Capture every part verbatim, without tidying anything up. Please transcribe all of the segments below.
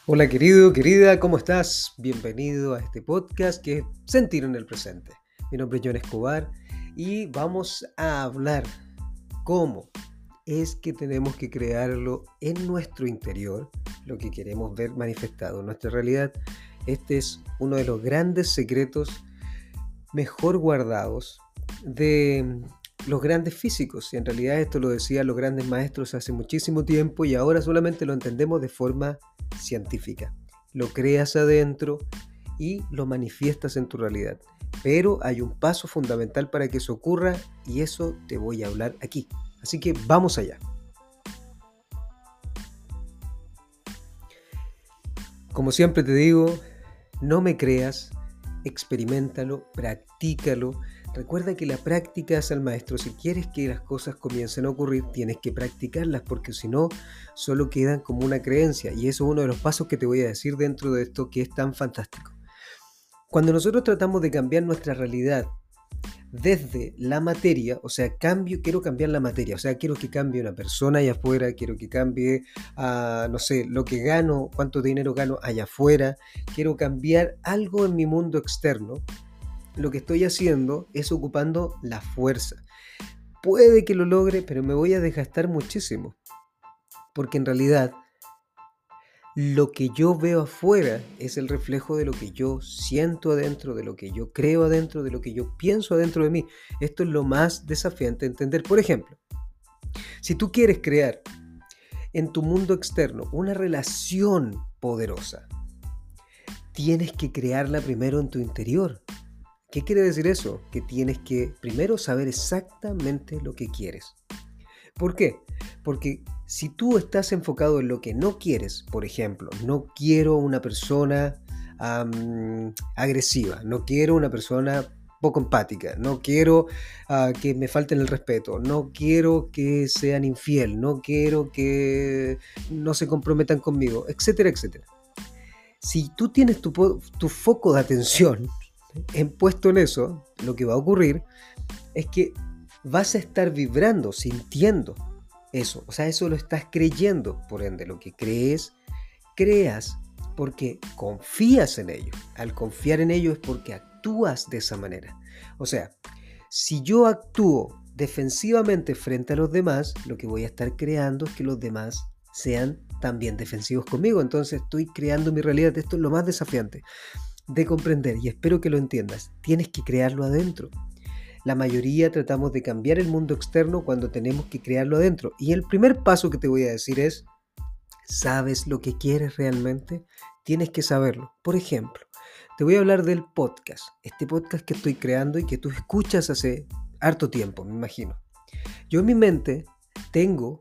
Hola querido, querida, ¿cómo estás? Bienvenido a este podcast que es Sentir en el Presente. Mi nombre es John Escobar y vamos a hablar cómo es que tenemos que crearlo en nuestro interior, lo que queremos ver manifestado en nuestra realidad. Este es uno de los grandes secretos mejor guardados de los grandes físicos. Y en realidad esto lo decían los grandes maestros hace muchísimo tiempo y ahora solamente lo entendemos de forma científica. Lo creas adentro y lo manifiestas en tu realidad. Pero hay un paso fundamental para que eso ocurra y eso te voy a hablar aquí. Así que vamos allá. Como siempre te digo, no me creas, experiméntalo, practícalo. Recuerda que la práctica es al maestro. Si quieres que las cosas comiencen a ocurrir, tienes que practicarlas, porque si no, solo quedan como una creencia. Y eso es uno de los pasos que te voy a decir dentro de esto que es tan fantástico. Cuando nosotros tratamos de cambiar nuestra realidad desde la materia, o sea, cambio, quiero cambiar la materia, o sea, quiero que cambie una persona allá afuera, quiero que cambie, uh, no sé, lo que gano, cuánto dinero gano allá afuera, quiero cambiar algo en mi mundo externo. Lo que estoy haciendo es ocupando la fuerza. Puede que lo logre, pero me voy a desgastar muchísimo, porque en realidad lo que yo veo afuera es el reflejo de lo que yo siento adentro, de lo que yo creo adentro, de lo que yo pienso adentro de mí. Esto es lo más desafiante de entender. Por ejemplo, si tú quieres crear en tu mundo externo una relación poderosa, tienes que crearla primero en tu interior. ¿Qué quiere decir eso? Que tienes que primero saber exactamente lo que quieres. ¿Por qué? Porque si tú estás enfocado en lo que no quieres, por ejemplo, no quiero una persona um, agresiva, no quiero una persona poco empática, no quiero uh, que me falten el respeto, no quiero que sean infiel, no quiero que no se comprometan conmigo, etcétera, etcétera. Si tú tienes tu, tu foco de atención en puesto en eso, lo que va a ocurrir es que vas a estar vibrando, sintiendo eso. O sea, eso lo estás creyendo. Por ende, lo que crees, creas porque confías en ello. Al confiar en ello es porque actúas de esa manera. O sea, si yo actúo defensivamente frente a los demás, lo que voy a estar creando es que los demás sean también defensivos conmigo. Entonces estoy creando mi realidad. Esto es lo más desafiante de comprender y espero que lo entiendas. Tienes que crearlo adentro. La mayoría tratamos de cambiar el mundo externo cuando tenemos que crearlo adentro. Y el primer paso que te voy a decir es, ¿sabes lo que quieres realmente? Tienes que saberlo. Por ejemplo, te voy a hablar del podcast. Este podcast que estoy creando y que tú escuchas hace harto tiempo, me imagino. Yo en mi mente tengo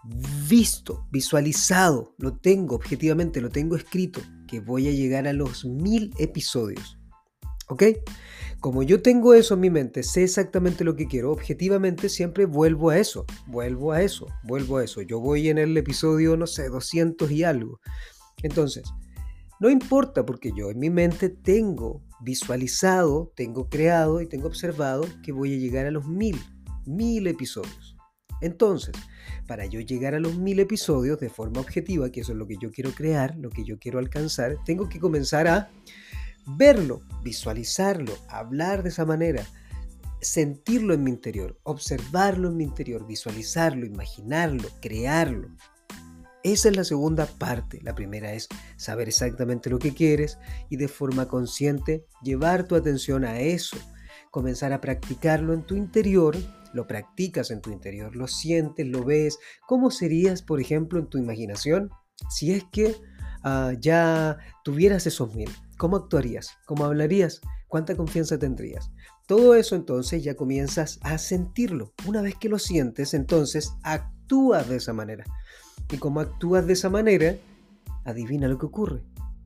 visto, visualizado, lo tengo objetivamente, lo tengo escrito, que voy a llegar a los mil episodios. ¿Ok? Como yo tengo eso en mi mente, sé exactamente lo que quiero, objetivamente siempre vuelvo a eso, vuelvo a eso, vuelvo a eso. Yo voy en el episodio, no sé, doscientos y algo. Entonces, no importa porque yo en mi mente tengo visualizado, tengo creado y tengo observado que voy a llegar a los mil, mil episodios. Entonces, para yo llegar a los mil episodios de forma objetiva, que eso es lo que yo quiero crear, lo que yo quiero alcanzar, tengo que comenzar a verlo, visualizarlo, hablar de esa manera, sentirlo en mi interior, observarlo en mi interior, visualizarlo, imaginarlo, crearlo. Esa es la segunda parte. La primera es saber exactamente lo que quieres y de forma consciente llevar tu atención a eso, comenzar a practicarlo en tu interior. Lo practicas en tu interior, lo sientes, lo ves. ¿Cómo serías, por ejemplo, en tu imaginación si es que uh, ya tuvieras esos mil? ¿Cómo actuarías? ¿Cómo hablarías? ¿Cuánta confianza tendrías? Todo eso entonces ya comienzas a sentirlo. Una vez que lo sientes, entonces actúas de esa manera. Y como actúas de esa manera, adivina lo que ocurre.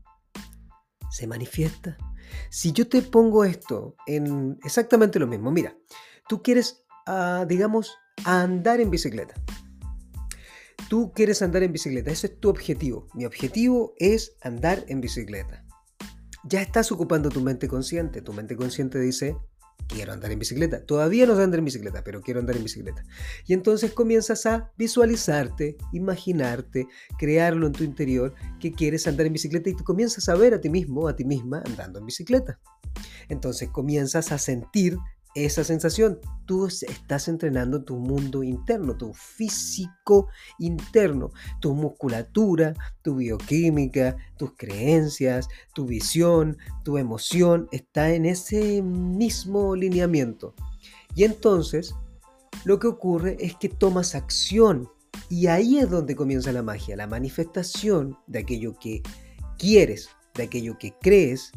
Se manifiesta. Si yo te pongo esto en exactamente lo mismo, mira, tú quieres, uh, digamos, andar en bicicleta. Tú quieres andar en bicicleta, ese es tu objetivo. Mi objetivo es andar en bicicleta. Ya estás ocupando tu mente consciente. Tu mente consciente dice, quiero andar en bicicleta. Todavía no sé andar en bicicleta, pero quiero andar en bicicleta. Y entonces comienzas a visualizarte, imaginarte, crearlo en tu interior que quieres andar en bicicleta y te comienzas a ver a ti mismo, a ti misma andando en bicicleta. Entonces comienzas a sentir esa sensación. Tú estás entrenando tu mundo interno, tu físico interno, tu musculatura, tu bioquímica, tus creencias, tu visión, tu emoción, está en ese mismo lineamiento. Y entonces lo que ocurre es que tomas acción y ahí es donde comienza la magia, la manifestación de aquello que quieres, de aquello que crees.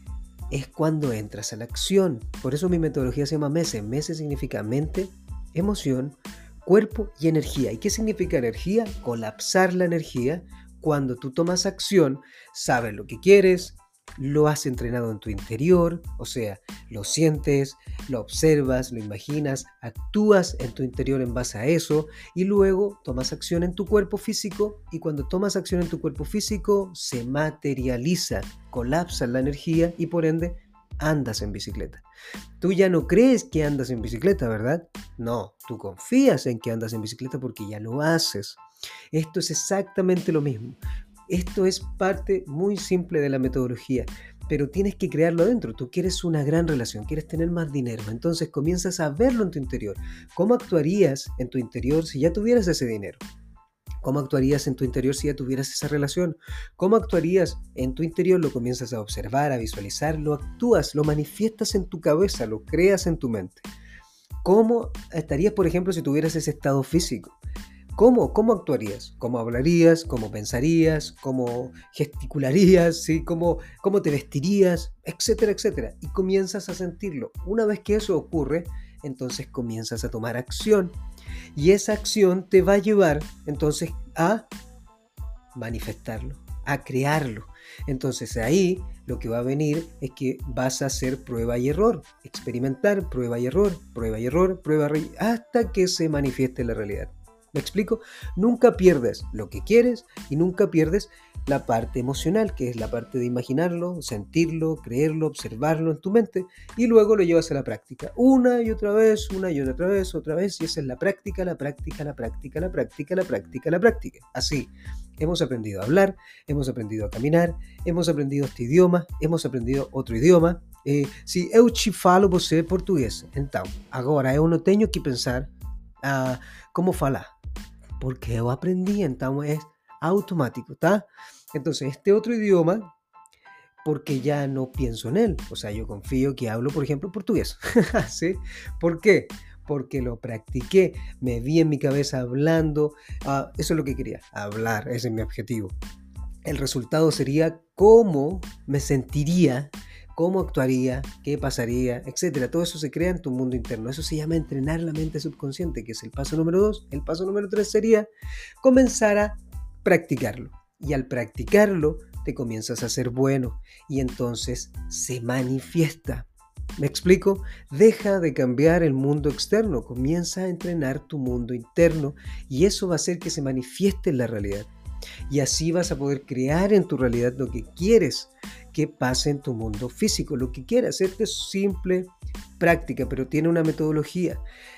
Es cuando entras a la acción. Por eso mi metodología se llama MESE. MESE significa mente, emoción, cuerpo y energía. ¿Y qué significa energía? Colapsar la energía. Cuando tú tomas acción, sabes lo que quieres, lo has entrenado en tu interior, o sea, lo sientes, lo observas, lo imaginas, actúas en tu interior en base a eso y luego tomas acción en tu cuerpo físico y cuando tomas acción en tu cuerpo físico se materializa, colapsa la energía y por ende andas en bicicleta. Tú ya no crees que andas en bicicleta, ¿verdad? No, tú confías en que andas en bicicleta porque ya lo haces. Esto es exactamente lo mismo. Esto es parte muy simple de la metodología, pero tienes que crearlo adentro. Tú quieres una gran relación, quieres tener más dinero, entonces comienzas a verlo en tu interior. ¿Cómo actuarías en tu interior si ya tuvieras ese dinero? ¿Cómo actuarías en tu interior si ya tuvieras esa relación? ¿Cómo actuarías en tu interior? Lo comienzas a observar, a visualizar, lo actúas, lo manifiestas en tu cabeza, lo creas en tu mente. ¿Cómo estarías, por ejemplo, si tuvieras ese estado físico? ¿Cómo? ¿Cómo actuarías? ¿Cómo hablarías? ¿Cómo pensarías? ¿Cómo gesticularías? ¿Sí? ¿Cómo, cómo te vestirías? Etcétera, etcétera. Y comienzas a sentirlo. Una vez que eso ocurre, entonces comienzas a tomar acción. Y esa acción te va a llevar entonces a manifestarlo, a crearlo. Entonces ahí lo que va a venir es que vas a hacer prueba y error, experimentar, prueba y error, prueba y error, prueba y error, hasta que se manifieste la realidad. ¿Me explico? Nunca pierdes lo que quieres y nunca pierdes la parte emocional, que es la parte de imaginarlo, sentirlo, creerlo, observarlo en tu mente y luego lo llevas a la práctica. Una y otra vez, una y otra vez, otra vez, y esa es la práctica, la práctica, la práctica, la práctica, la práctica, la práctica. Así, hemos aprendido a hablar, hemos aprendido a caminar, hemos aprendido este idioma, hemos aprendido otro idioma. Eh, se eu te falo você português, então, agora eu não tenho que pensar ah, como falar. Porque eu aprendi, então es automático, ¿tá? Entonces, este otro idioma, porque ya no pienso en él, o sea, yo confío que hablo, por ejemplo, portugués, ¿sí? ¿Por qué? Porque lo practiqué, me vi en mi cabeza hablando, uh, eso es lo que quería, hablar, ese es mi objetivo. El resultado sería cómo me sentiría, cómo actuaría, qué pasaría, etcétera. Todo eso se crea en tu mundo interno. Eso se llama entrenar la mente subconsciente, que es el paso número dos. El paso número tres sería comenzar a practicarlo. Y al practicarlo, te comienzas a ser bueno. Y entonces se manifiesta. ¿Me explico? Deja de cambiar el mundo externo. Comienza a entrenar tu mundo interno. Y eso va a hacer que se manifieste en la realidad. Y así vas a poder crear en tu realidad lo que quieres que pase en tu mundo físico, lo que quieras. Esto es simple práctica, pero tiene una metodología.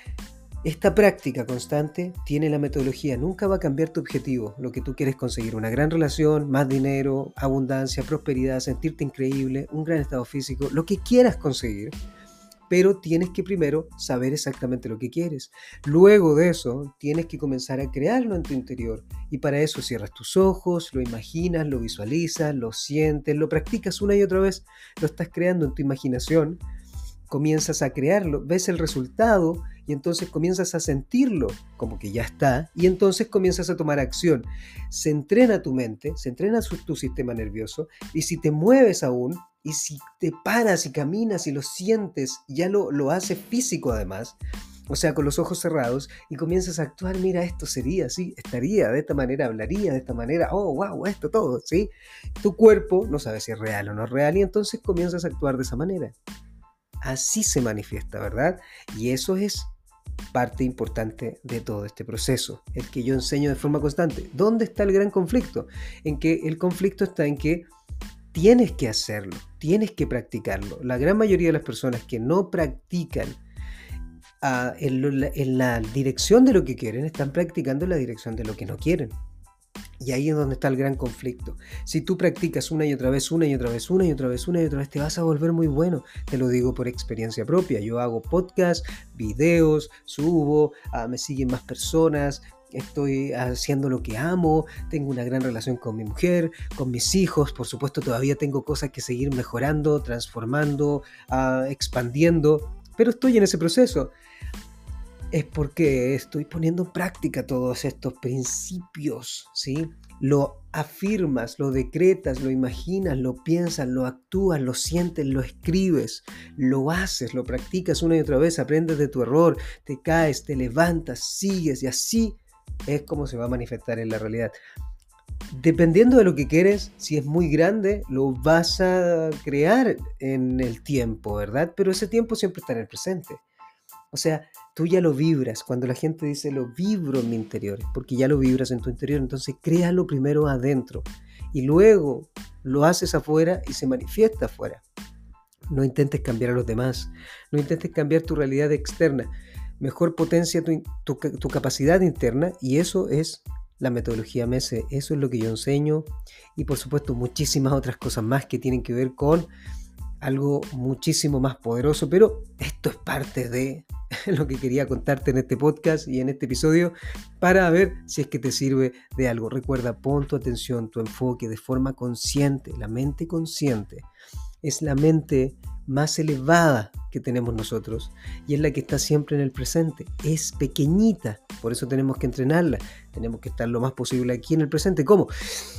Esta práctica constante tiene la metodología, nunca va a cambiar tu objetivo, lo que tú quieres conseguir, una gran relación, más dinero, abundancia, prosperidad, sentirte increíble, un gran estado físico, lo que quieras conseguir. Pero tienes que primero saber exactamente lo que quieres. Luego de eso, tienes que comenzar a crearlo en tu interior. Y para eso cierras tus ojos, lo imaginas, lo visualizas, lo sientes, lo practicas una y otra vez. Lo estás creando en tu imaginación. Comienzas a crearlo, ves el resultado y entonces comienzas a sentirlo como que ya está. Y entonces comienzas a tomar acción. Se entrena tu mente, se entrena tu sistema nervioso. Y si te mueves aún, y si te paras y caminas y lo sientes, ya lo, lo haces físico además, o sea, con los ojos cerrados, y comienzas a actuar, mira, esto sería así, estaría, de esta manera hablaría, de esta manera, oh, wow, esto todo, ¿sí? Tu cuerpo no sabe si es real o no es real, y entonces comienzas a actuar de esa manera. Así se manifiesta, ¿verdad? Y eso es parte importante de todo este proceso, el que yo enseño de forma constante. ¿Dónde está el gran conflicto? En que el conflicto está en que tienes que hacerlo, tienes que practicarlo. La gran mayoría de las personas que no practican uh, en, lo, en la dirección de lo que quieren, están practicando en la dirección de lo que no quieren. Y ahí es donde está el gran conflicto. Si tú practicas una y otra vez, una y otra vez, una y otra vez, una y otra vez, te vas a volver muy bueno. Te lo digo por experiencia propia. Yo hago podcast, videos, subo, uh, me siguen más personas, estoy haciendo lo que amo, tengo una gran relación con mi mujer, con mis hijos. Por supuesto, todavía tengo cosas que seguir mejorando, transformando, uh, expandiendo, pero estoy en ese proceso. Es porque estoy poniendo en práctica todos estos principios, ¿sí? Lo afirmas, lo decretas, lo imaginas, lo piensas, lo actúas, lo sientes, lo escribes, lo haces, lo practicas una y otra vez, aprendes de tu error, te caes, te levantas, sigues y así es como se va a manifestar en la realidad. Dependiendo de lo que quieres, si es muy grande, lo vas a crear en el tiempo, ¿verdad? Pero ese tiempo siempre está en el presente. O sea, tú ya lo vibras. Cuando la gente dice lo vibro en mi interior, es porque ya lo vibras en tu interior. Entonces créalo primero adentro y luego lo haces afuera y se manifiesta afuera. No intentes cambiar a los demás, no intentes cambiar tu realidad externa. Mejor potencia tu, tu, tu capacidad interna, y eso es la metodología M S. Eso es lo que yo enseño, y por supuesto muchísimas otras cosas más que tienen que ver con algo muchísimo más poderoso, pero esto es parte de lo que quería contarte en este podcast y en este episodio para ver si es que te sirve de algo. Recuerda, pon tu atención, tu enfoque de forma consciente. La mente consciente es la mente más elevada que tenemos nosotros y es la que está siempre en el presente. Es pequeñita, por eso tenemos que entrenarla. Tenemos que estar lo más posible aquí en el presente. ¿Cómo?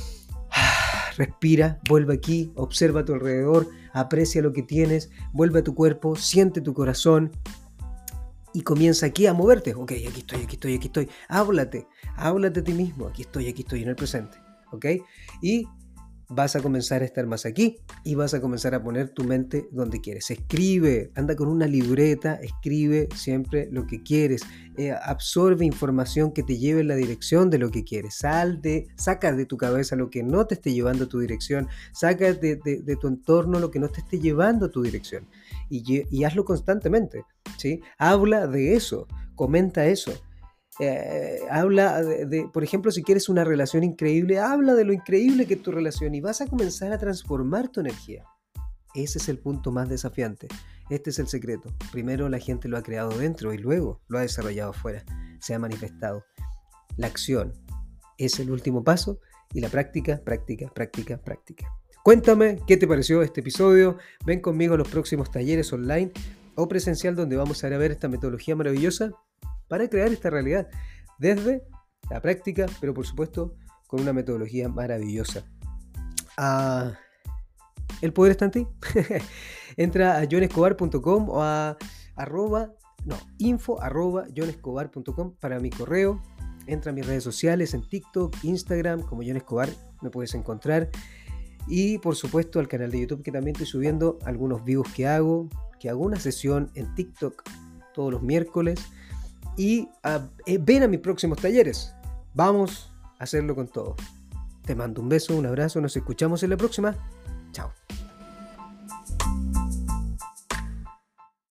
Respira, vuelve aquí, observa a tu alrededor, aprecia lo que tienes, vuelve a tu cuerpo, siente tu corazón y comienza aquí a moverte. Ok, aquí estoy, aquí estoy, aquí estoy. Háblate, háblate a ti mismo. Aquí estoy, aquí estoy en el presente. Ok, y vas a comenzar a estar más aquí y vas a comenzar a poner tu mente donde quieres. Escribe, anda con una libreta, escribe siempre lo que quieres. Eh, absorbe información que te lleve en la dirección de lo que quieres. Sal de, saca de tu cabeza lo que no te esté llevando a tu dirección. Saca de, de, de tu entorno lo que no te esté llevando a tu dirección. Y, y hazlo constantemente, ¿sí? Habla de eso, comenta eso. Eh, habla de, de, por ejemplo, si quieres una relación increíble, habla de lo increíble que es tu relación y vas a comenzar a transformar tu energía. Ese es el punto más desafiante. Este es el secreto. Primero la gente lo ha creado dentro y luego lo ha desarrollado afuera. Se ha manifestado. La acción es el último paso y la práctica, práctica, práctica, práctica. Cuéntame qué te pareció este episodio. Ven conmigo a los próximos talleres online o presencial donde vamos a ir a ver esta metodología maravillosa para crear esta realidad desde la práctica, pero por supuesto con una metodología maravillosa. Ah, el poder está en ti. Entra a john escobar punto com o a arroba, no, info arroba john escobar punto com para mi correo. Entra a mis redes sociales en TikTok, Instagram, como John Escobar, me puedes encontrar. Y por supuesto al canal de YouTube, que también estoy subiendo algunos vivos que hago, que hago una sesión en TikTok todos los miércoles. Y uh, eh, ven a mis próximos talleres. Vamos a hacerlo con todo. Te mando un beso, un abrazo. Nos escuchamos en la próxima. Chao.